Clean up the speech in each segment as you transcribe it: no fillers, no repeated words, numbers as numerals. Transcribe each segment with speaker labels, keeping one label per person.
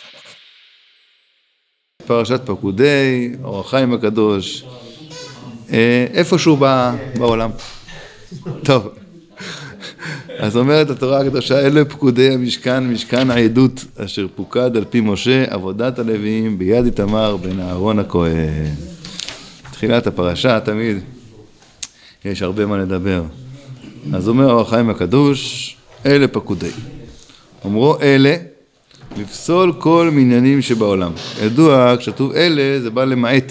Speaker 1: פרשת פקודי, אור החיים הקדוש, איפשהו בעולם. טוב, אז אומרת התורה הקדושה, אלה פקודי המשכן, משכן העדות, אשר פוקד על פי משה, עבודת הלוויים ביד איתמר בן אהרון הכהן. תחילת הפרשה תמיד יש הרבה מה לדבר. אז אומר אור החיים הקדוש, אלה פקודי. אומרו אלה, לפסול כל מניינים שבעולם. ידוע, כשכתוב אלה, זה בא למעט.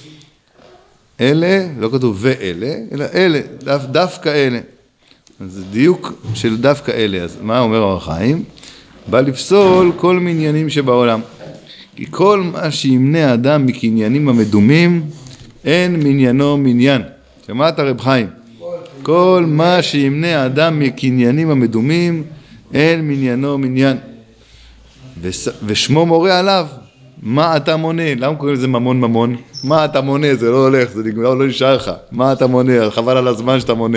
Speaker 1: אלה, לא כתוב ואלה, אלא אלה, דווקא אלה. אז זה דיוק של דווקא אלה. אז מה אומר אור החיים? בא לפסול כל מניינים שבעולם. כי כל מה שימנה האדם מקניינים המדומים, אין מניינו מניין. שמעת רב חיים? כל מה שימנה האדם מקניינים המדומים, אין מניינו מניין. ושמו מורה עליו, מה אתה מונה? למה קוראים לזה ממון ממון? מה אתה מונה? זה לא הולך, זה נגמר, לא נשאר לך. מה אתה מונה? חבל על הזמן שאתה מונה.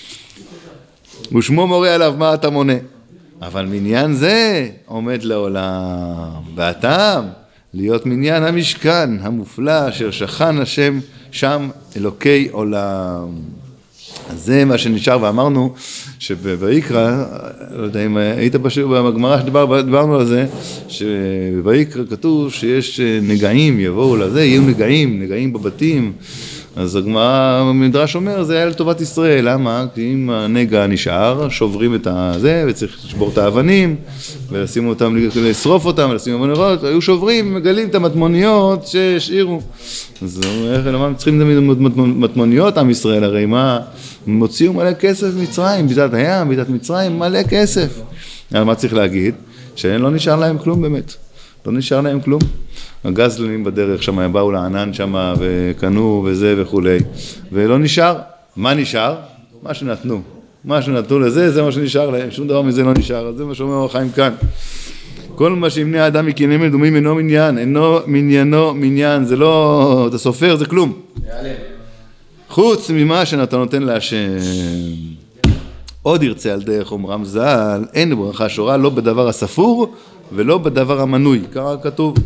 Speaker 1: ושמו מורה עליו, מה אתה מונה? אבל מניין זה עומד לעולם. והטעם, להיות מניין המשכן המופלא אשר שכן השם שם אלוקי עולם. אז זה מה שנשאר, ואמרנו שבויקרא, לא יודע אם היית פשוט בגמרא שדיברנו על זה, שבויקרא כתוב שיש נגעים, יבואו לזה, יהיו נגעים בבתים, אז הגמרא המדרש אומר, זה היה לטובת ישראל, למה? כי אם הנגע נשאר, שוברים את זה, וצריך לשבור את האבנים, ולשים אותם, לשרוף אותם, ולשים אותם בנרות, היו שוברים ומגלים את המטמוניות שהשאירו. אז למה צריכים מטמוניות עם ישראל? הרי מה? מוציאו מלא כסף במצרים, ביזת הים, ביזת מצרים, מלא כסף. אז מה צריך להגיד? שלא נשאר להם כלום באמת. לא נשאר להם כלום. הגזלנים בדרך שם, הם באו לענן שם וקנו וזה וכולי. ולא נשאר. מה נשאר? מה שנתנו. מה שנתנו לזה, זה מה שנשאר להם. שום דבר מזה לא נשאר. אז זה מה שאומר החיים כאן. כל מה שימנה האדם מקניינים מדומים אינו מניין. אינו מניינו מניין. זה לא, אתה סופר, זה כלום. חוץ ממה שאתה נותן להשם. עוד ירצה על דרך אומרם ז"ל, אין ברכה שורה לא בדבר הספור ולא בדבר המנוי, ככה כתוב.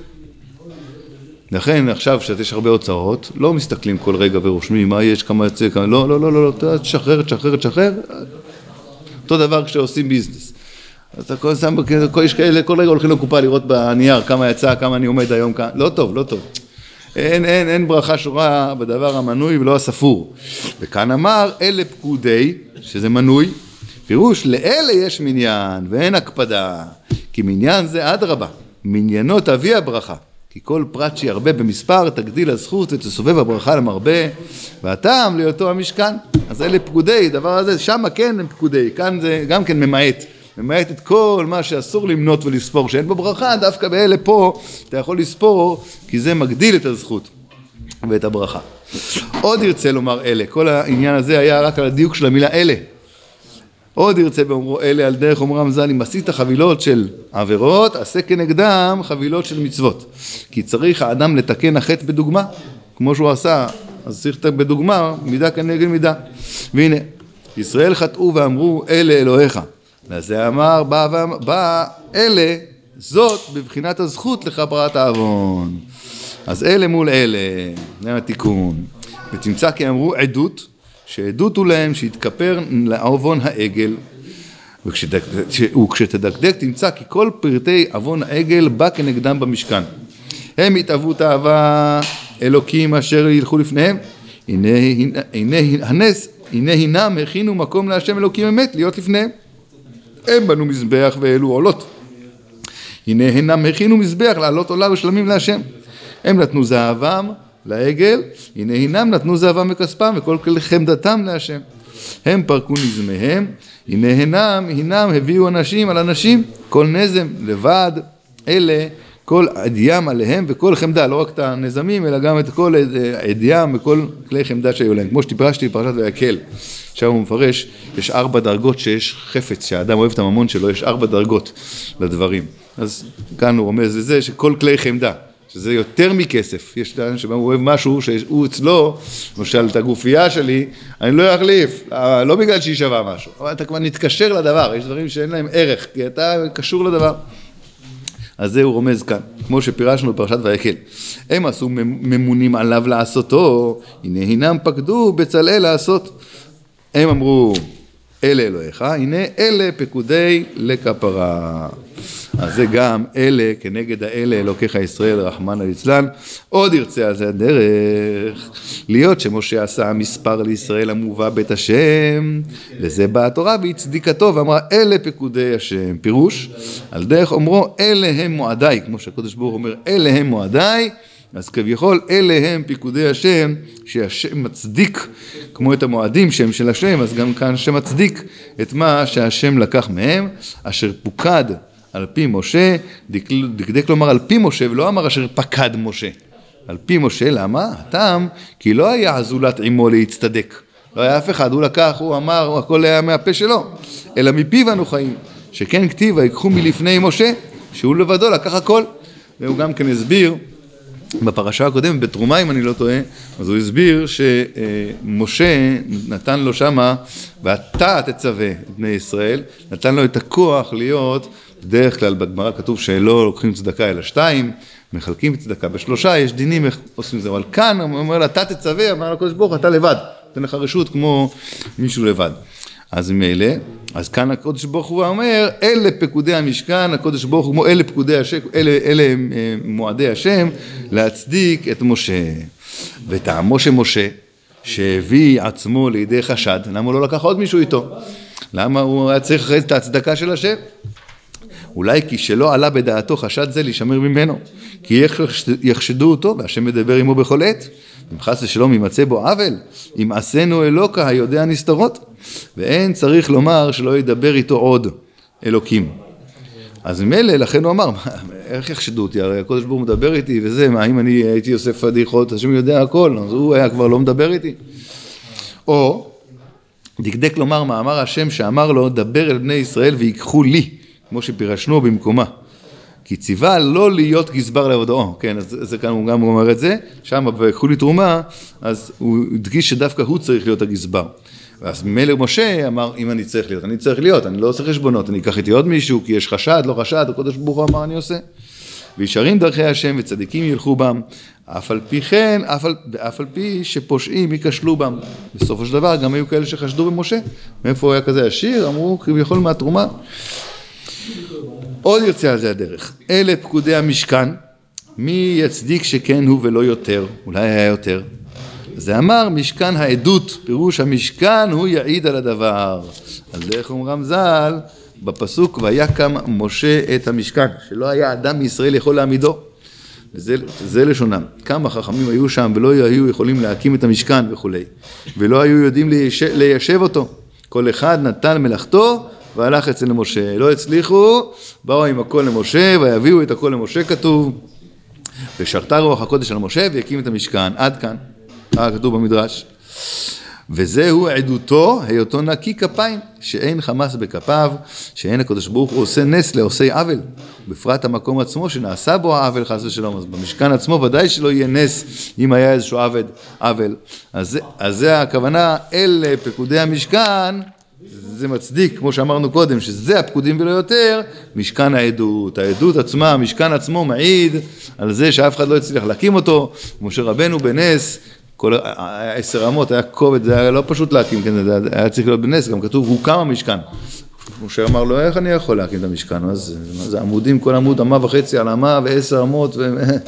Speaker 1: לכן עכשיו שיש הרבה הוצאות, לא מסתכלים כל רגע ורושמים מה יש, כמה יצא, כמה, לא, תשחרר. אותו דבר כשעושים ביזנס. אז אתה שם, יש כאלה, כל רגע הולכים לקופה לראות בנייר כמה יצא, כמה אני עומד היום, לא טוב. אין ברכה שורה בדבר המנוי ולא הספור. וכאן אמר, אלה פקודי, שזה מנוי, פירוש, לאלה יש מניין ואין הקפדה, כי מניין זה אדרבה, מניינו תביא הברכה, כי כל פרט שירבה במספר תגדיל הזכות ותסובב הברכה למרבה, והטעם להיותו המשכן. אז אלה פקודי, דבר הזה, שם כן הם פקודי, כאן זה גם כן ממעט את כל מה שאסור למנות ולספור, שאין בו ברכה, דווקא באלה פה אתה יכול לספור, כי זה מגדיל את הזכות ואת הברכה. עוד ירצה לומר אלה, כל העניין הזה היה רק על הדיוק של המילה אלה. עוד ירצה באומרו אלה על דרך אומרם ז"ל, אם עשית חבילות של עבירות, עשה כנגדם חבילות של מצוות. כי צריך האדם לתקן החטא בדוגמה, כמו שהוא עשה, אז צריך בדוגמה, מידה כנגד מידה. והנה, ישראל חטאו ואמרו אלה אלוהיך. לזה אמר, בא אלה, זאת בבחינת הזכות לכפרת העוון. אז אלה מול אלה, זה התיקון. ותמצא כי אמרו עדות, שעדות הוא להם שהתכפר לעוון העגל. וכשתדקדק תמצא כי כל פרטי עוון העגל בא כנגדם במשכן. הם התאהבו תאווה אלוקים אשר ילכו לפניהם. הנה הינם הכינו מקום להשם אלוקים אמת להיות לפניהם. הם בנו מזבח ואלו עולות. הנה הינם הכינו מזבח לעלות עולה ושלמים להשם. הם נתנו זהבם לעגל, הנה הינם נתנו זהבם מכספם וכל חמדתם להשם. הם פרקו נזמיהם, הנה הינם הביאו אנשים על אנשים, כל נזם לבד, אלה, כל עדיים עליהם וכל חמדה, לא רק את הנזמים, אלא גם את כל עדיים וכל כלי חמדה שהיו להם. כמו שטיפרשתי בפרשת ויקל, שם הוא מפרש, יש 4 דרגות שיש חפץ, שהאדם אוהב את הממון שלו, יש 4 דרגות לדברים. אז כאן הוא רומז לזה שכל כלי חמדה, שזה יותר מכסף. יש לאן שבהם הוא אוהב משהו שהוא אצלו, למשל את הגופייה שלי, אני לא אחליף, לא בגלל שהיא שווה משהו, אבל אתה כבר נתקשר לדבר, יש דברים שאין להם ערך, כי אתה קשור לדבר. אז זה הוא רומז כאן, כמו שפירשנו בפרשת ויקל. הם עשו ממונים עליו לעשותו, הנה הינם פקדו בצלאל לעשות. הם אמרו, אלה אלוהיך, הנה אלה פקודי לכפרה. אז זה גם אלה כנגד האלה אלוקיך ישראל רחמנא ליצלן. עוד ירצה על זה הדרך, להיות שמשה עשה מספר לישראל המובא בית השם, לזה באה התורה והצדיקתו ואמרה אלה פקודי השם. פירוש, על דרך אומרו אלה הם מועדיי, כמו שהקדוש ברוך הוא אומר אלה הם מועדיי, אז כביכול אלה הם פיקודי השם, שהשם מצדיק כמו את המועדים שהם של השם, אז גם כאן שמצדיק את מה שהשם לקח מהם, אשר פוקד על פי משה, דקדק לומר על פי משה, ולא אמר אשר פקד משה, על פי משה. למה? הטעם, כי לא היה זולת עמו להצטדק, לא היה אף אחד, הוא לקח, הוא אמר, הכל היה מהפה שלו, אלא מפיו אנו חיים, שכן כתיב ויקחו מלפני משה, שהוא לבדו לקח הכל. והוא גם כן הסביר, בפרשה הקודמת, בתרומה אם אני לא טועה, אז הוא הסביר שמשה נתן לו שמה, ואתה תצווה את בני ישראל, נתן לו את הכוח להיות, בדרך כלל בגמרא כתוב שלא לוקחים צדקה אלא 2, מחלקים צדקה ב3, יש דינים איך עושים זה, אבל כאן הוא אומר לה, אתה תצווה, אמר לקדוש ברוך הוא, אתה לבד, תן לך רשות כמו מישהו לבד. אז מאלה, אז כאן הקדוש ברוך הוא אומר, אלה פקודי המשכן, הקדוש ברוך הוא כמו אלה פקודי השם, אלה מועדי השם, להצדיק את משה. וטעמו שמשה, שהביא עצמו לידי חשד, למה הוא לא לקח עוד מישהו איתו? למה הוא היה צריך אחרי את ההצדקה של השם? אולי כי שלא עלה בדעתו חשד זה להישמר ממנו, כי יחשדו אותו, והשם מדבר עמו בכל עת, אם חס ושלום יימצא בו עוול, אם עשינו אלוקה היודע נסתרות, ואין צריך לומר שלא ידבר איתו עוד אלוקים. אז ממילא, לכן הוא אמר, איך יחשדו אותי? הרי הקדוש ברוך הוא מדבר איתי, וזה, מה, אם אני הייתי עושה פדיחות, השם יודע הכל, אז הוא היה כבר לא מדבר איתי. או, דקדק לומר מאמר השם שאמר לו, דבר אל בני ישראל ויקחו לי, כמו שפירשנו במקומה. כי ציווה לא להיות גזבר לעבודו. כן, אז זה כאן הוא גם אומר את זה, שם ויקחו לי תרומה, אז הוא הדגיש שדווקא הוא צריך להיות הגזבר. ואז ממילא משה אמר, אם אני צריך להיות, אני צריך להיות, אני לא עושה חשבונות, אני אקח איתי עוד מישהו, כי יש חשד, לא חשד, הקדוש ברוך הוא אמר, אני עושה. וישרים דרכי השם וצדיקים ילכו בם, אף על פי כן, אף על פי שפושעים ייכשלו בם. בסופו של דבר גם היו כאלה שחשדו במשה. מאיפה הוא היה כזה עשיר? אמרו, כביכול מהתרומה. עוד יוצא על זה הדרך. אלה פקודי המשכן, מי יצדיק שכן הוא ולא יותר? אולי היה יותר. זה אמר משכן העדות, פירוש המשכן הוא יעיד על הדבר. אז איך אומרם ז"ל, בפסוק ויקם משה את המשכן, שלא היה אדם מישראל יכול להעמידו. וזה לשונם. כמה חכמים היו שם ולא היו יכולים להקים את המשכן וכו'. ולא היו יודעים ליישב אותו. כל אחד נתן מלאכתו והלך אצל משה. לא הצליחו, באו עם הכל למשה ויביאו את הכל למשה כתוב. ושרתה רוח הקודש על משה והקים את המשכן. עד כאן. כתוב במדרש. וזהו עדותו, היותו נקי כפיים, שאין חמאס בכפיו, שאין הקדוש ברוך הוא עושה נס לעושי עוול, בפרט המקום עצמו שנעשה בו העוול חס ושלום, אז במשכן עצמו ודאי שלא יהיה נס אם היה איזשהו עוול. אז זה הכוונה, אלה פקודי המשכן, זה מצדיק, כמו שאמרנו קודם, שזה הפקודים ולא יותר, משכן העדות. העדות עצמה, המשכן עצמו מעיד על זה שאף אחד לא הצליח להקים אותו, משה רבנו בנס, כל 10 אמות היה כובד, זה היה לא פשוט להקים, כן, זה היה צריך להיות בנס, גם כתוב, הוקם המשכן. משה אמר לו, איך אני יכול להקים את המשכן? אז זה עמודים, כל עמוד 1.5 על 100 ו10 אמות,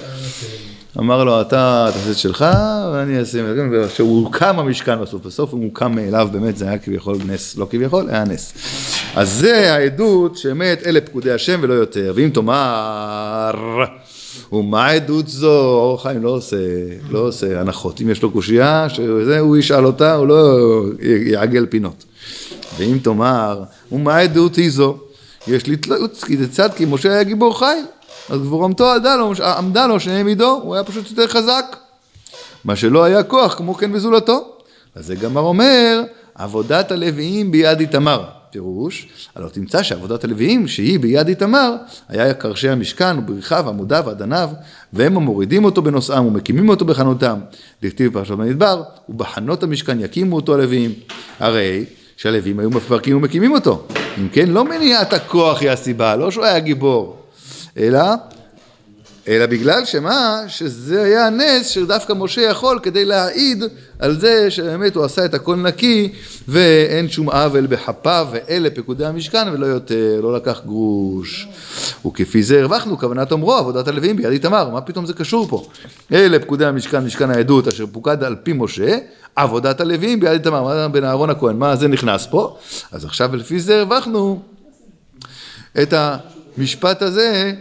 Speaker 1: אמר לו, אתה תעשה את שלך, ואני אעשה, שהוא הוקם המשכן בסוף הוא הוקם מאליו, באמת זה היה כביכול נס, לא כביכול, היה נס. אז זה העדות שאמת, אלה פקודי השם ולא יותר, ואם תאמר, ומה העדות זו? אור חיים לא עושה הנחות. אם יש לו קושייה, הוא ישאל אותה, הוא לא יעגל פינות. ואם תאמר, ומה העדות היא זו? יש להתלוצץ, כי זה צד, כי משה היה גיבור חיל. אז גבורמתו עמדה לו שני מידו, הוא היה פשוט יותר חזק. מה שלא היה כוח, כמו כן בזולתו. אז זה גמר אומר, עבודת הלוויים ביד איתמר. פירוש, הלא תמצא שעבודת הלוויים שהיא ביד איתמר, היה קרשי המשכן ובריחיו, עמודיו, עדניו, והם המורידים אותו בנושאם ומקימים אותו בחנותם. לכתיב פרשת במדבר, ובחנות המשכן יקימו אותו הלוויים. הרי שהלוויים היו מפרקים ומקימים אותו. אם כן, לא מניעת הכוח היא הסיבה, לא שהוא היה גיבור, אלא בגלל שזה היה הנס שדווקא משה יכול כדי להעיד על זה שבאמת הוא עשה את הכל נקי ואין שום עוול בחפיו ואלה פקודי המשכן ולא יותר, לא לקח גרוש. וכפי זה הרווחנו כוונת אומרו עבודת הלוויים ביד איתמר. מה פתאום זה קשור פה? אלה פקודי המשכן, משכן העדות אשר פוקד על פי משה, עבודת הלוויים ביד איתמר. מה בין אהרון הכהן? מה זה נכנס פה? אז עכשיו לפי זה הרווחנו את המשפט הזה,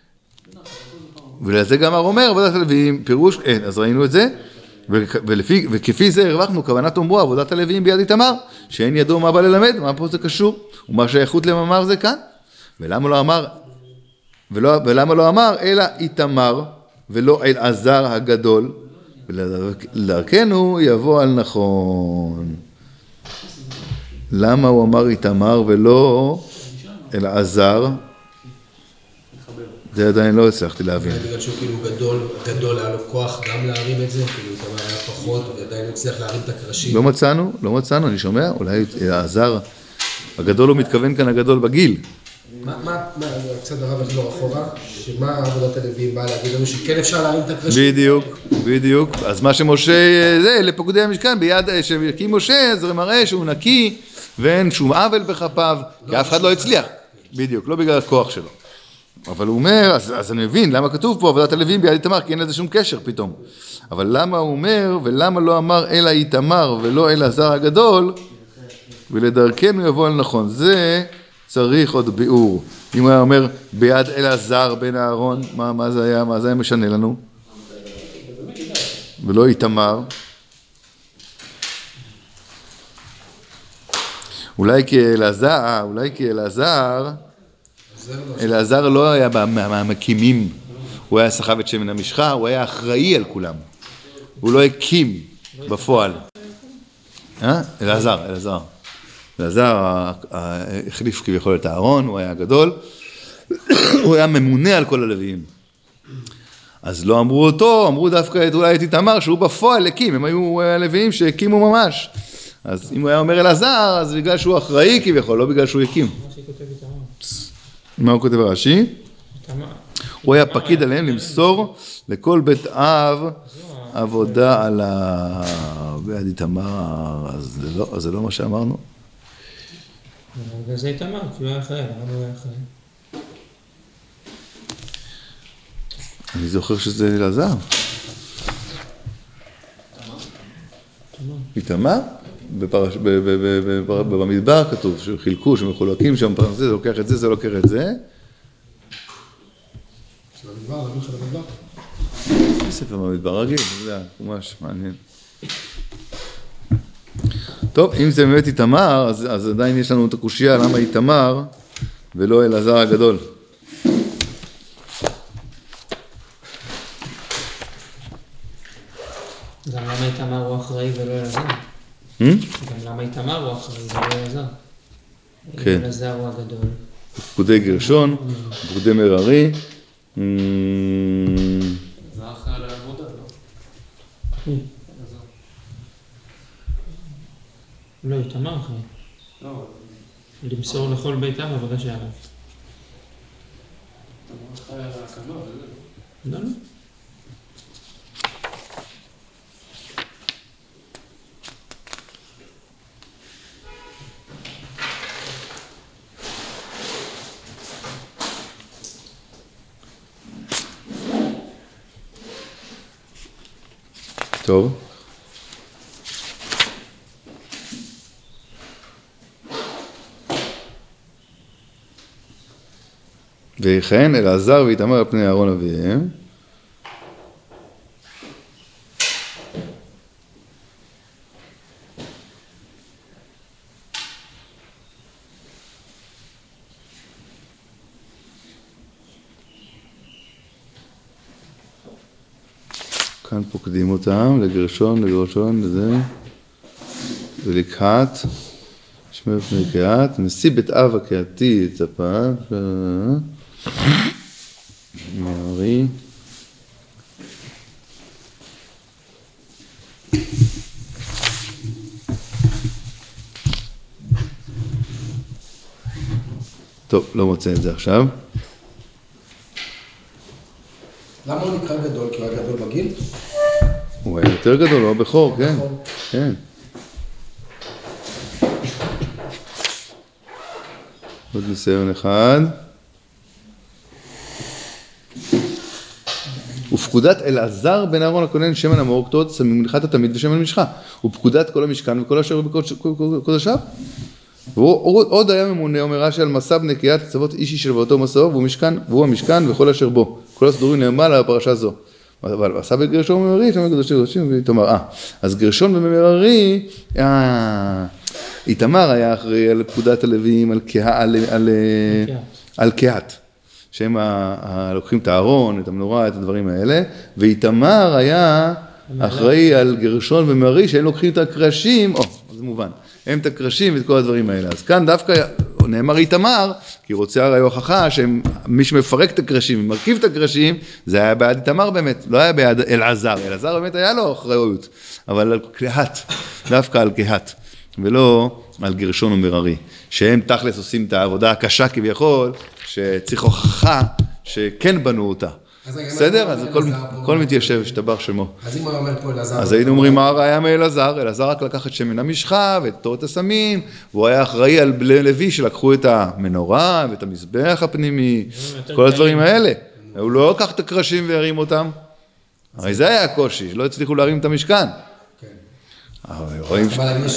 Speaker 1: ולזה גם אומר עבודת הלוויים, פירוש, אין, אז ראינו את זה, וכפי זה הרווחנו כוונת אומרו עבודת הלוויים ביד איתמר, שאין ידו מה בא ללמד, מה פה זה קשור, ומה שייכות למאמר זה כאן, ולמה לא אמר אלא איתמר ולא אלעזר הגדול, ולדרכנו יבוא על נכון. למה הוא אמר איתמר ולא אלעזר? זה עדיין לא הצלחתי להבין.
Speaker 2: בגלל שהוא כאילו גדול, היה לו כוח גם להרים את זה, כאילו איתמר היה פחות ועדיין הוא הצליח להרים את הקרשים.
Speaker 1: לא מצאנו, אני שומע, אולי אלעזר, הגדול הוא מתכוון כאן הגדול בגיל.
Speaker 2: מה, קצת הרב יחזור אחורה, שמה עבודת הלוויים באה להגיד לנו שכן אפשר להרים את הקרשים?
Speaker 1: בדיוק. אז מה שמשה, זה לפקודי המשכן, ביד שהקים משה, זה מראה שהוא נקי, ואין שום עוול בכפיו, כי אף אחד לא הצליח. בדיוק, לא בגלל הכוח שלו. אבל הוא אומר, אז אני מבין, למה כתוב פה עבודת הלוויים ביד איתמר, כי אין לזה שום קשר פתאום. אבל למה הוא אומר, ולמה לא אמר אלא איתמר ולא אלעזר הגדול, ולדרכנו יבוא על נכון. זה צריך עוד ביאור. אם הוא היה אומר ביד אלעזר בן אהרון, מה זה היה משנה לנו? ולא איתמר. אולי כי אלעזר לא היה מהמקימים, הוא היה סחב את שמן המשחה, הוא היה אחראי על כולם, הוא לא הקים בפועל. אלעזר החליף כביכול את הארון, הוא היה גדול, הוא היה ממונה על כל הלוויים. אז לא אמרו אותו, אמרו דווקא אולי את איתמר שהוא בפועל הקים, הם היו הלוויים שהקימו ממש. אז אם הוא היה אומר אלעזר, אז בגלל שהוא אחראי כביכול, לא בגלל שהוא הקים. מה הוא כותב רש"י? הוא היה פקיד עליהם למסור לכל בית אב עבודה על ביד איתמר, אז זה לא מה שאמרנו?
Speaker 3: זה איתמר, כי הוא היה אחראי, למה הוא היה אחראי?
Speaker 1: אני זוכר שזה אלעזר. איתמר? במדבר כתוב שחילקו, שמחולקים שם, זה לוקח את זה, זה לוקח את זה. ספר במדבר רגיל, זה ממש מעניין. טוב, אם זה באמת איתמר, אז עדיין יש לנו את הקושיה למה איתמר ולא אלעזר הגדול.
Speaker 3: גם למה איתמר הוא אחראי ולא אלעזר? גם למה איתמר הוא אחראי ולא אלעזר?
Speaker 1: כן.
Speaker 3: אלעזר הוא הגדול.
Speaker 1: פקודי גרשון, פקודי מררי.
Speaker 4: זה אחראי על העבודה, לא?
Speaker 3: לא, איתמר אחראי.
Speaker 4: לא.
Speaker 3: למסור לכל בית אב עבודה שעליו.
Speaker 4: איתמר אחראי על ההקמה,
Speaker 3: לא, לא.
Speaker 1: טוב. ויכהן אלעזר ואיתמר על פני אהרון אביהם. כאן פוקדים אותם, לגרשון, לזה, ולקהת, שמר פני קהת, נשיא בית אב הקהתי צפה, מרי, טוב, לא מוצא את זה עכשיו.
Speaker 2: למה הוא נקרא גדול? כי הוא היה גדול בגיל?
Speaker 1: הוא היה יותר גדול, הוא הבכור, כן.
Speaker 2: הבכור.
Speaker 1: כן. עוד ניסיון אחד. ופקודת אלעזר בן אהרון הכהן שמן המורקתות מנחת התמיד ושמן משחה. ופקודת כל המשכן וכל אשר בקודשיו. והוא עוד היה ממונה, אומר רש"י, על מסע בנקיית צוות אישי של באותו מסעו, והוא המשכן וכל אשר בו. כל הסידורים נאמר על הפרשה זו. אבל עשה בגרשון וממרי, שם קדושים, ותאמר, אז גרשון וממרי, איתמר היה אחראי על פקודת הלוויים, על קהת. שהם לוקחים את הארון, את המנורה, את הדברים האלה, ואיתמר היה אחראי על גרשון וממרי, שהם לוקחים את הקרשים, זה מובן, הם את הקרשים ואת כל הדברים האלה. אז כאן דווקא נאמר איתמר, כי רוצה הרי הוכחה שמי שמפרק את הקרשים ומרכיב את הקרשים, זה היה בעד איתמר באמת, לא היה בעד אלעזר. אלעזר באמת היה לו אחריות, אבל על קהת, דווקא על קהת, ולא על גרשון ומררי, שהם תכלס עושים את העבודה הקשה כביכול, שצריך הוכחה שכן בנו אותה. בסדר? אז הכל מתיישב, שתבח שמו.
Speaker 2: אז אם הוא אומר פה אלעזר...
Speaker 1: אז היינו אומרים, מה הראיה מאלעזר? אלעזר רק לקח את שמן המשחה ואת תורת הסמים, והוא היה אחראי על בני לוי שלקחו את המנורה ואת המזבח הפנימי, כל הדברים האלה. הוא לא לקח את הקרשים והרים אותם. הרי זה היה הקושי, לא הצליחו להרים את המשכן. רואים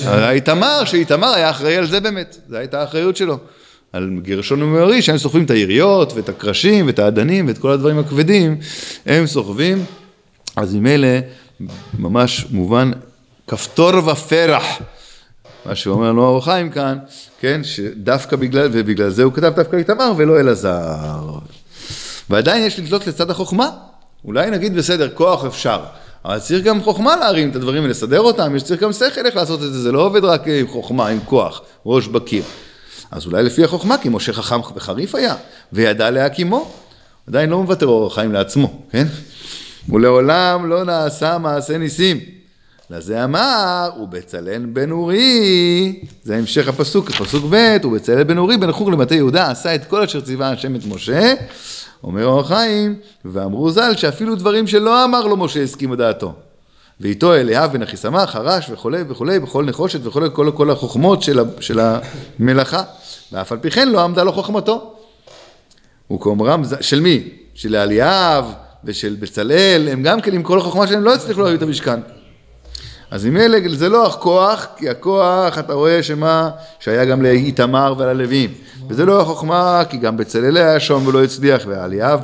Speaker 1: שאיתמר היה אחראי על זה באמת, זו הייתה האחריות שלו. על גרשון וממרי, שהם סוחבים את היריות ואת הקרשים ואת העדנים ואת כל הדברים הכבדים, הם סוחבים, אז עם אלה ממש מובן כפתור ופרח, מה שאומר לו אור החיים כאן, כן, שדווקא ובגלל זה הוא כתב דווקא איתמר ולא אלעזר. ועדיין יש לתלות לצד החוכמה, אולי נגיד בסדר, כוח אפשר, אבל צריך גם חוכמה להרים את הדברים ולסדר אותם, יש צריך גם שכל איך לעשות את זה, זה לא עובד רק עם חוכמה, עם כוח, ראש בקיר. אז אולי לפי החוכמה, כי משה חכם וחריף היה, וידע להקימו, עדיין לא מוותר אור החיים לעצמו, כן? ולעולם לא נעשה מעשה ניסים. לזה אמר, ובצלאל בן אורי, זה המשך הפסוק, פסוק ב', ובצלאל בן אורי, בן חור למטה יהודה, עשה את כל אשר ציווה השם את משה, אומר אור החיים, ואמרו ז"ל, שאפילו דברים שלא אמר לו משה הסכים לדעתו. ואיתו אליאב בן אחיסמך, חרש וכו' וכו', בכל נחושת וכו', כל החוכמות של המלאכה. ואף על פי כן לא עמדה לו חוכמתו. וכאומרם, של מי? של אליאב ושל בצלאל, הם גם כן עם כל החוכמה שלהם לא הצליחו להביא את המשכן. אז עם אלה זה לא הכוח, כי הכוח אתה רואה שהיה גם לאיתמר וללווים. וזה לא החוכמה, כי גם בצלאל היה שום ולא הצליח, ואליאב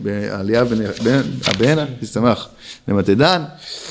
Speaker 1: בן הבן, תשמח, למתדן.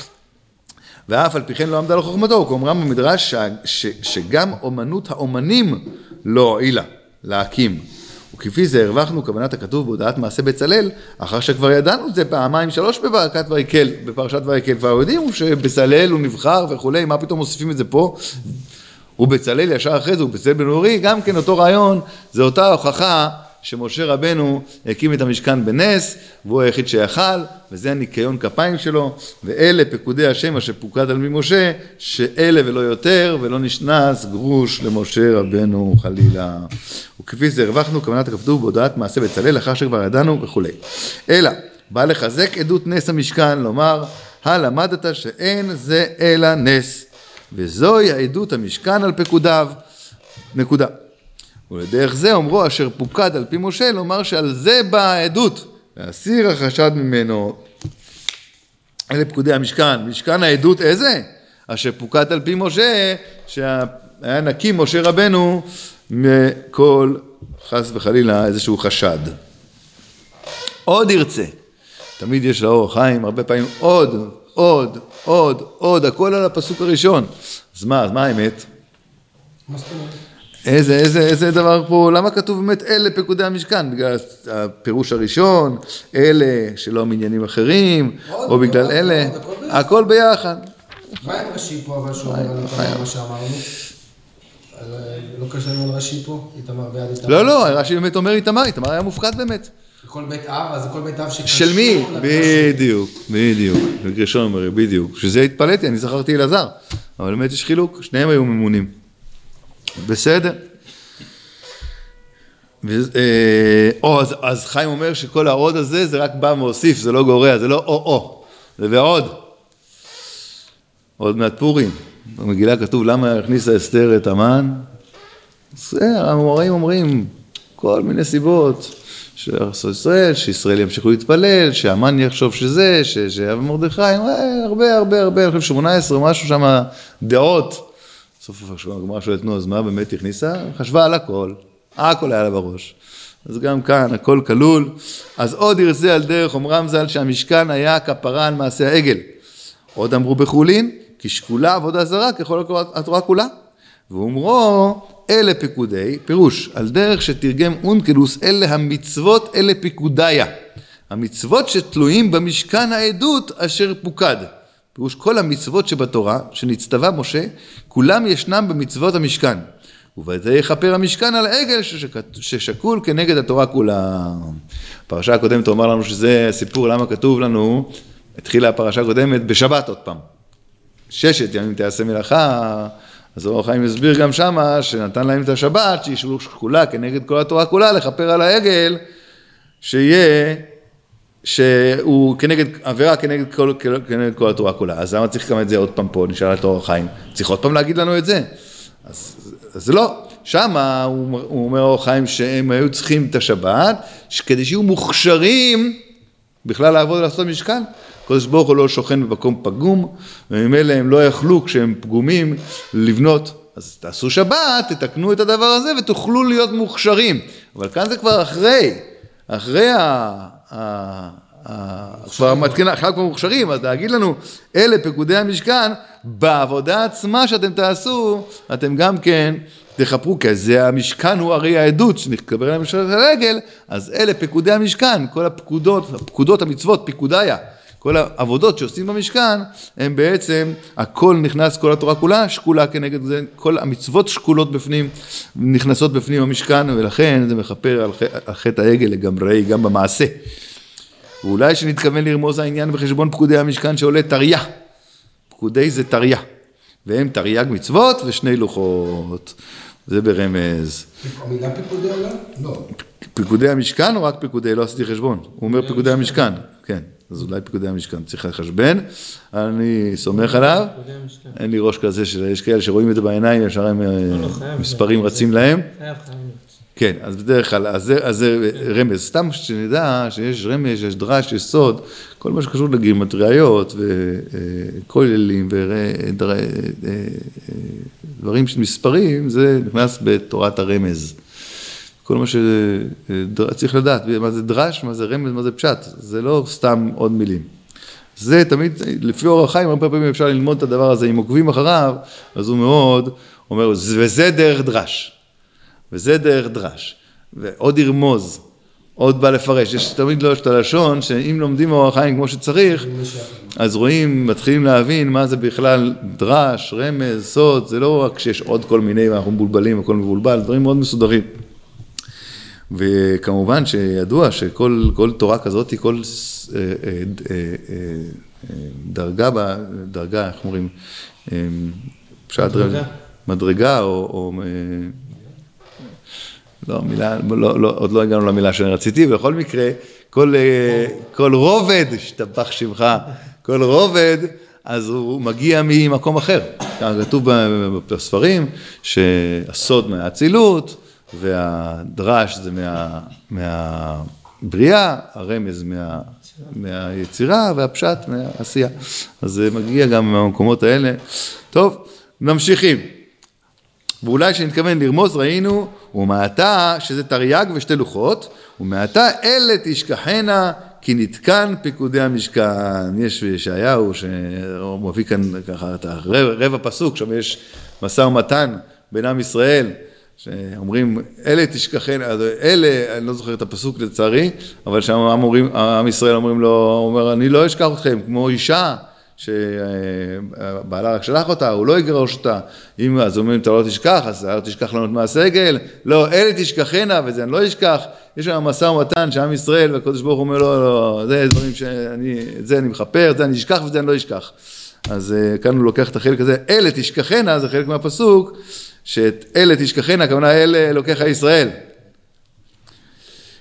Speaker 1: ואף על פי כן לא עמדה לו חוכמתו, כאומרם במדרש שגם אומנות האומנים לא הועילה להקים. וכפי זה הרווחנו כוונת הכתוב בהודעת מעשה בצלאל, אחר שכבר ידענו את זה פעמיים שלוש בפרשת ויקל, כבר יודעים שבצלאל הוא נבחר וכולי, מה פתאום מוסיפים את זה פה? ובצלאל ישר אחרי זה, ובצלאל בן אורי, גם כן אותו רעיון, זה אותה הוכחה שמשה רבנו הקים את המשכן בנס, והוא היחיד שיכל, וזה הניקיון כפיים שלו, ואלה פקודי השם אשר פוקד על ממשה, שאלה ולא יותר, ולא נשנס גרוש למשה רבנו חלילה. וכפי זה הרווחנו כוונת הכתוב בהודעת מעשה בצלאל, אחר שכבר ידענו וכו'. אלא, בא לחזק עדות נס המשכן, לומר, למדת שאין זה אלא נס, וזוהי העדות המשכן על פקודיו. נקודה. ולדרך זה אומרו אשר פוקד על פי משה, לומר שעל זה באה העדות, להסיר החשד ממנו. אלה פקודי המשכן. משכן העדות איזה? אשר פוקד על פי משה, שהיה נקי משה רבנו מכל חס וחלילה איזשהו חשד. עוד ירצה, תמיד יש לאור החיים, הרבה פעמים עוד, הכל על הפסוק הראשון. אז מה האמת?
Speaker 2: מה זאת אומרת?
Speaker 1: איזה דבר פה, למה כתוב באמת אלה פקודי המשכן? בגלל הפירוש הראשון, אלה שלא מעניינים אחרים, או בגלל אלה, הכל ביחד.
Speaker 2: מה עם רש"י פה אבל שאומר על מה שאמרנו? לא קשה לנו על רש"י פה? איתמר ביד איתמר?
Speaker 1: לא, רש"י באמת אומר איתמר היה מופקד באמת.
Speaker 2: כל בית אב, אז כל בית אב שקשור...
Speaker 1: של מי? בדיוק, גרשון אומר, בדיוק. שזה התפלאתי, אני זכרתי אלעזר, אבל באמת יש חילוק, שניהם היו ממונים. בסדר. אז חיים אומר שכל העוד הזה זה רק בא ומוסיף, זה לא גורע, זה לא או, זה ועוד. עוד מעט פורים. במגילה כתוב למה הכניסה אסתר את המן. המוראים אומרים כל מיני סיבות. שישראל ימשיכו להתפלל, שהמן יחשוב שזה, שמרדכי, הרבה, אני חושב 18 משהו שם דעות. בסוף הגמרא שואלת, נו, אז מה באמת הכניסה? חשבה על הכל היה לה בראש. אז גם כאן הכל כלול. אז עוד ירצה על דרך אומרם ז"ל שהמשכן היה כפרה על מעשה העגל. עוד אמרו בחולין, כי שקולה עבודה זרה ככל התורה כולה. ואומרו, אלה פיקודי, פירוש, על דרך שתרגם אונקלוס, אלה המצוות, אלה פיקודיה. המצוות שתלויים במשכן העדות אשר פוקד. פירוש, כל המצוות שבתורה, שנצטווה משה, כולם ישנם במצוות המשכן. ובזה יכפר המשכן על העגל ששקול כנגד התורה כולה. הפרשה הקודמת אומר לנו שזה סיפור למה כתוב לנו, התחילה הפרשה הקודמת בשבת עוד פעם. 6 ימים תעשה מלאכה, אז אור החיים הסביר גם שמה שנתן להם את השבת, שישאלו שקולה כנגד כל התורה כולה, לכפר על העגל, שהוא כנגד, עבירה כנגד כל התורה כולה. אז למה צריך גם את זה עוד פעם פה, נשאל את אור החיים? צריך עוד פעם להגיד לנו את זה. אז לא, שמה הוא אומר אור החיים שהם היו צריכים את השבת, כדי שיהיו מוכשרים בכלל לעבוד ולעשות משכן. קודש ברוך הוא לא שוכן במקום פגום, וממילא הם לא יכלו כשהם פגומים לבנות. אז תעשו שבת, תתקנו את הדבר הזה ותוכלו להיות מוכשרים. אבל כאן זה כבר אחרי כבר מתקינה, אחר כבר מוכשרים, אז להגיד לנו, אלה פקודי המשכן, בעבודה עצמה שאתם תעשו, אתם גם כן תחפרו, כי זה המשכן הוא הרי העדות, שנקבל להם של הרגל, אז אלה פקודי המשכן, כל הפקודות המצוות, פיקודיה, כל העבודות שעושים במשכן, הם בעצם, הכל נכנס, כל התורה כולה, שקולה כנגד זה, כל המצוות שקולות בפנים, נכנסות בפנים במשכן, ולכן זה מחפר על חטא העגל לגמרי, גם במעשה. ואולי שנתכוון לרמוז העניין בחשבון פקודי המשכן שעולה תריה. פקודי זה תריה. והם תרי"ג מצוות ושני לוחות. זה ברמז.
Speaker 2: המילה פיקודי עולה? לא.
Speaker 1: פיקודי המשכן או רק פיקודי? לא עשיתי חשבון. הוא אומר פיקודי המשכן. כן. אז אולי פיקודי המשכן. צריך לחשבן. אני סומך עליו. אין לי ראש כזה שיש כאלה שרואים את זה בעיניים, ישר הם מספרים רצים להם. כן, אז בדרך כלל, אז זה רמז. סתם שנדע שיש רמז, יש דרש, יש סוד, כל מה שקשור לגימטריות וכוללים ודברים של מספרים, זה נכנס בתורת הרמז. כל מה שצריך לדעת, מה זה דרש, מה זה רמז, מה זה פשט, זה לא סתם עוד מילים. זה תמיד, לפי אור החיים, הרבה פעמים אפשר ללמוד את הדבר הזה, אם עוקבים אחריו, אז הוא מאוד אומר, וזה דרך דרש. וזה דרך דרש, ועוד ירמוז, עוד בא לפרש, יש תמיד לא את הלשון, שאם לומדים אור החיים כמו שצריך, אז רואים, מתחילים להבין מה זה בכלל דרש, רמז, סוד, זה לא רק שיש עוד כל מיני, ואנחנו מבולבלים, הכל מבולבל, דברים מאוד מסודרים. וכמובן שידוע שכל תורה כזאת, כל דרגה, איך אומרים, מדרגה או לא, מילה, עוד לא הגענו למילה שאני רציתי, ובכל מקרה, כל רובד, שתפח שמך, כל רובד, אז הוא מגיע ממקום אחר. כתוב בספרים, שהסוד מהאצילות, והדרש זה מהבריאה, הרמז מהיצירה, והפשט מהעשייה. אז זה מגיע גם מהמקומות האלה. טוב, ממשיכים. ואולי שנתכוון לרמוז ראינו, ומעתה שזה תרי"ג ושתי לוחות, ומעתה אלה תשכחנה כי נתקן פיקודי המשכן. יש ישעיהו שהוא מביא כאן ככה את רבע פסוק, שם יש משא ומתן בין עם ישראל, שאומרים אלה תשכחנה, אלה, אני לא זוכר את הפסוק לצערי, אבל שם עם ישראל אומרים לו, הוא אומר אני לא אשכח אתכם, כמו אישה, שבעלה רק שלח אותה, הוא לא יגרש אותה, אם אז אומרים, אתה לא תשכח, אז אתה לא תשכח לנו את מעשה העגל, לא, אלה תשכחנה, וזה אני לא אשכח, יש שם משא ומתן שעם ישראל, והקדוש ברוך הוא אומר, לא, זה דברים את זה אני מחפר, זה אני אשכח וזה אני לא אשכח. אז כאן הוא לוקח את החלק הזה, אלה תשכחנה, זה חלק מהפסוק, שאת אלה תשכחנה, הכוונה אלה לוקח ישראל.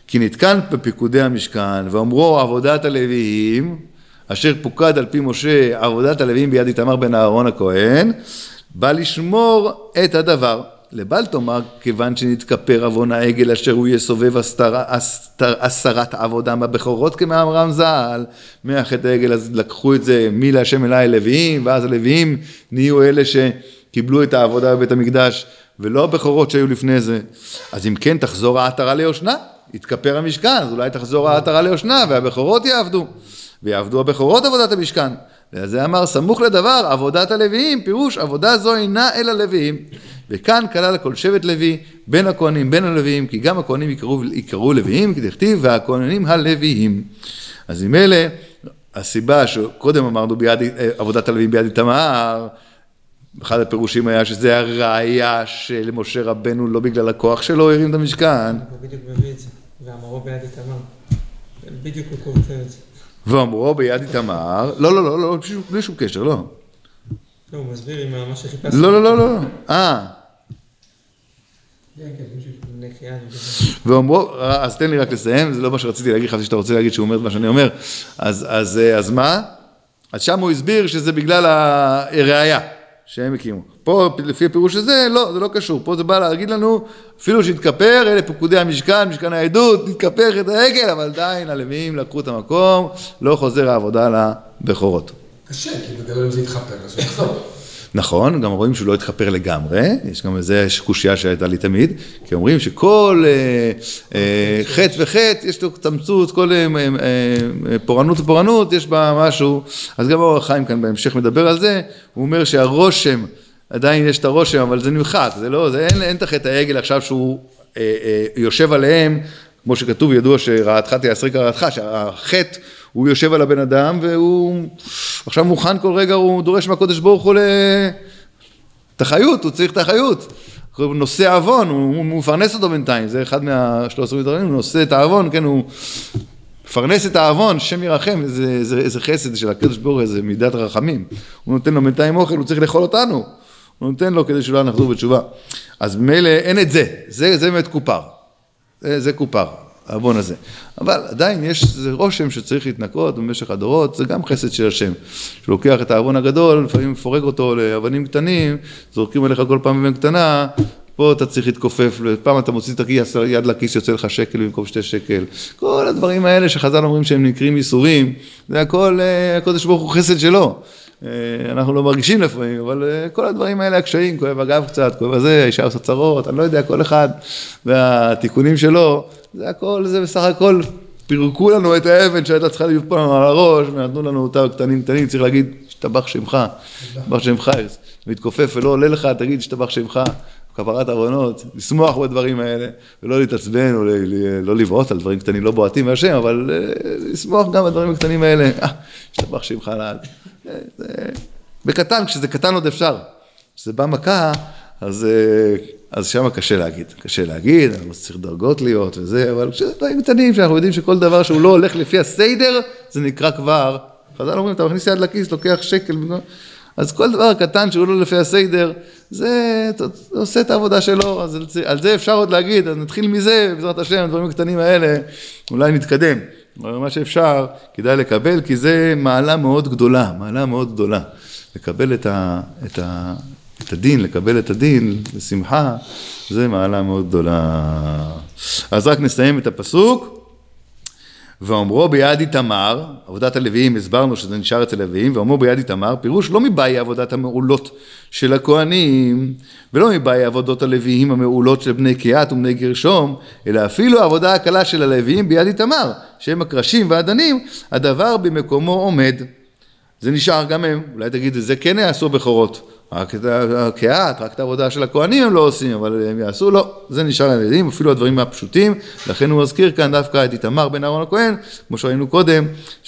Speaker 1: כי נתקן בפיקודי המשכן, ואומרו עבודת הלוויים, אשר פוקד על פי משה עבודת הלוויים ביד איתמר בן אהרון הכהן, בא לשמור את הדבר. לבל תאמר, כיוון שנתכפר עוון העגל אשר הוא יסובב הסרת העבודה בבכורות כמאמרם ז"ל, מהחטא העגל אז לקחו את זה להשם אלי לוויים, ואז הלוויים נהיו אלה שקיבלו את העבודה בבית המקדש, ולא הבכורות שהיו לפני זה. אז אם כן תחזור העטרה ליושנה, יתכפר המשכן, אז אולי תחזור העטרה ליושנה, והבכורות יעבדו, ויעבדו הבכורות עבודת המשכן. וזה אמר סמוך לדבר עבודת הלוויים, פירוש עבודה זו אינה אל הלוויים. וכאן כלל כל שבט לוי בין הכהנים בין הלוויים, כי גם הכהנים יקראו לוויים, כי תכתיב והכהנים הלוויים. אז עם אלה הסיבה שקודם אמרנו עבודת הלוויים ביד איתמר, אחד הפירושים היה שזה הראיה של משה רבנו לא בגלל הכוח שלו הרים את המשכן.
Speaker 3: הוא בדיוק מביא את זה, ואמרו ביד איתמר. בדיוק הוא קורא את זה.
Speaker 1: ואמרו ביד איתמר, לא, בלי שום קשר, לא.
Speaker 3: לא, הוא מסביר עם מה שחיפשתי.
Speaker 1: לא. ואומרו, אז תן לי רק לסיים, זה לא מה שרציתי להגיד, חשבתי שאתה רוצה להגיד שהוא אומר את מה שאני אומר. אז מה? אז שם הוא הסביר שזה בגלל הראיה שהם הקימו. פה, לפי הפירוש הזה, לא, זה לא קשור. פה זה בא להגיד לנו, אפילו שהתכפר, אלה פקודי המשכן, משכן העדות, נתכפר את העגל, אבל עדיין הלוויים לקחו את המקום, לא חוזר העבודה לבכורות.
Speaker 2: קשה, כי בגלל אם זה יתחפר, אז יחזור.
Speaker 1: נכון, גם רואים שהוא לא התחפר לגמרי, יש גם איזה קושיה שהייתה לי תמיד, כי אומרים שכל חטא וחטא, יש לו תמצות, כל פורענות ופורענות, יש בה משהו, אז גם אור החיים כאן בהמשך מדבר על זה, הוא אומר שהרושם, עדיין יש את הרושם, אבל זה נמחק, זה לא, אין את החטא העגל עכשיו שהוא יושב עליהם, כמו שכתוב, ידוע שרעתך תיאסרי כרעתך, שהחטא הוא יושב על הבן אדם, והוא עכשיו מוכן כל רגע, הוא דורש מהקודש ברוך הוא את החיות, הוא צריך את החיות. הוא נושא העוון, הוא מפרנס אותו בינתיים, זה אחד מה-13 דברים, הוא נושא את העוון, כן, הוא מפרנס את העוון, שם ירחם, איזה חסד של הקודש ברוך הוא, איזה מידת רחמים. הוא נותן לו בינתיים אוכל, הוא צריך לאכול אותנו. הוא נותן לו כדי שלא נחזור בתשובה. אז במילא אין את זה, זה באמת קופר. זה קופר. העוון הזה. אבל עדיין יש איזה רושם שצריך להתנקות במשך הדורות, זה גם חסד של השם. שלוקח את העוון הגדול, לפעמים מפורק אותו לאבנים קטנים, זורקים עליך כל פעם אבן קטנה, פה אתה צריך להתכופף, פעם אתה מוציא את היד לכיס, יוצא לך שקל במקום 2 שקל. כל הדברים האלה שחז"ל אומרים שהם נקראים ייסורים, זה הכל, הקודש ברוך הוא חסד שלו. אנחנו לא מרגישים לפעמים, אבל כל הדברים האלה הקשיים, כואב הגב קצת, כואב הזה, האישה עושה צרות, אני לא יודע, כל אחד, והתיקונים שלו, זה הכל, זה בסך הכל, פירקו לנו את האבן שהייתה צריכה להיות פה על הראש, ונתנו לנו אותה קטנים, צריך להגיד, שתבח שמך, שתבח שמך, מתכופף ולא עולה לך, תגיד, שתבח שמך, כפרת עוונות, לשמוח בדברים האלה, ולא להתעצבן, או לא לבעוט על דברים קטנים, לא בועטים מהשם, אבל לשמוח גם בדברים הקטנים האלה, שתבח שמך לעד. בקטן, כשזה קטן עוד אפשר, כשזה בא מכה, אז שם קשה להגיד, אנחנו צריך דרגות להיות וזה, אבל כשזה דברים קטנים, שאנחנו יודעים שכל דבר שהוא לא הולך לפי הסדר, זה נקרא כבר, חז"ל אומרים, אתה מכניס יד לכיס, לוקח שקל, אז כל דבר קטן שהוא לא לפי הסדר, זה עושה את העבודה שלו, אז על זה אפשר עוד להגיד, אז נתחיל מזה, בעזרת השם, הדברים הקטנים האלה, אולי נתקדם, אבל מה שאפשר, כדאי לקבל, כי זה מעלה מאוד גדולה, לקבל את הדין, לקבל את הדין בשמחה, זה מעלה מאוד גדולה. אז רק נסיים את הפסוק, ואומרו ביד איתמר, עבודת הלוויים, הסברנו שזה נשאר אצל הלוויים, ואומרו ביד איתמר, פירוש לא מבאי עבודת המעולות של הכהנים, ולא מבאי עבודות הלוויים המעולות של בני קהת ובני גרשום, אלא אפילו העבודה הקלה של הלוויים ביד איתמר, שהם הקרשים והדנים, הדבר במקומו עומד. זה נשאר גם הם, אולי תגיד, זה כן יעשו בכורות, רק את הקהת, רק את העבודה של הכהנים הם לא עושים, אבל הם יעשו, לא, זה נשאר לילדים, אפילו הדברים הפשוטים, לכן הוא מזכיר כאן דווקא את איתמר בן אהרון הכהן, כמו שראינו קודם,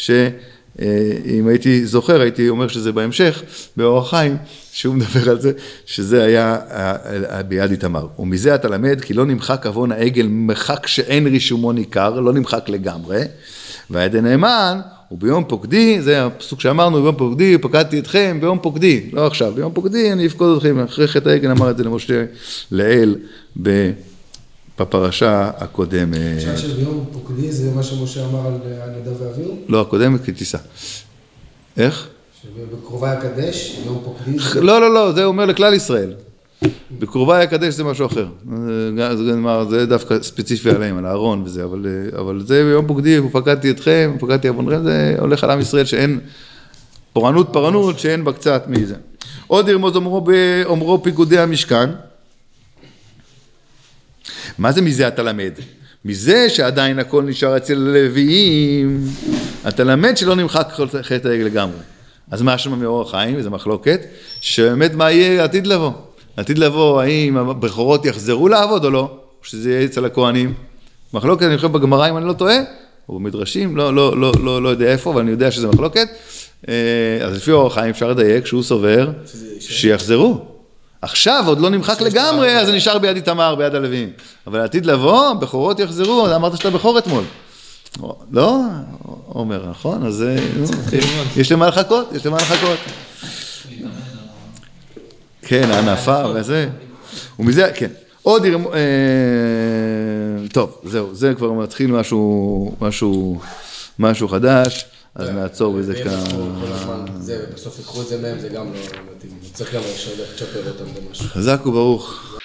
Speaker 1: שאם הייתי זוכר, הייתי אומר שזה בהמשך, באור החיים, שהוא מדבר על זה, שזה היה ביד איתמר. ומזה אתה למד, כי לא נמחק עוון העגל, מחק שאין רישומו ניכר, לא נמחק לגמרי, והעד נאמן, וביום פוקדי, זה הפסוק שאמרנו, ביום פוקדי, פקדתי אתכם, ביום פוקדי, לא עכשיו, ביום פוקדי אני אפקוד אתכם, אחרי חטא העגל אמר את זה למשה לאל בפרשה הקודמת.
Speaker 2: עכשיו שביום פוקדי זה מה שמשה אמר על נדב ואביהו?
Speaker 1: לא, הקודמת כתיסה. איך?
Speaker 2: שבקרובי הקדש, יום פוקדי זה...
Speaker 1: לא, זה אומר לכלל ישראל. בקרובי הקדש זה משהו אחר. זה דווקא ספציפי עליהם, על הארון וזה, אבל זה ביום פוקדי, ופקדתי אתכם, ופקדתי עוונכם, זה הולך על עם ישראל שאין פורענות שאין בה קצת מזה. עוד ירמוז אומרו פיקודי המשכן. מה זה מזה אתה למד? מזה שעדיין הכל נשאר אצל הלוויים, אתה למד שלא נמחק חטא העגל לגמרי. אז מה שם מאור החיים, וזו מחלוקת, שבאמת מה יהיה עתיד לבוא? עתיד לבוא, האם הבכורות יחזרו לעבוד או לא? או שזה יהיה אצל הכהנים? מחלוקת, אני חושב בגמרא, אם אני לא טועה, או במדרשים, לא יודע איפה, אבל אני יודע שזה מחלוקת. אז לפי אור החיים אפשר לדייק שהוא סובר שיחזרו. עכשיו עוד לא נמחק לגמרי, אז זה נשאר ביד איתמר, ביד הלוויים. אבל עתיד לבוא, בכורות יחזרו, אז אמרת שאתה בכור אתמול. לא, אומר, נכון? אז יש למה לחכות, יש למה לחכות. כן, הענפה וזה. ומזה, כן. עוד טוב, זהו, זה כבר מתחיל משהו חדש, אז נעצור בזה כאן.
Speaker 2: זה, בסוף יקחו את זה מהם, זה גם לא מתאים. צריך גם לשפר אותם במשהו.
Speaker 1: חזק וברוך.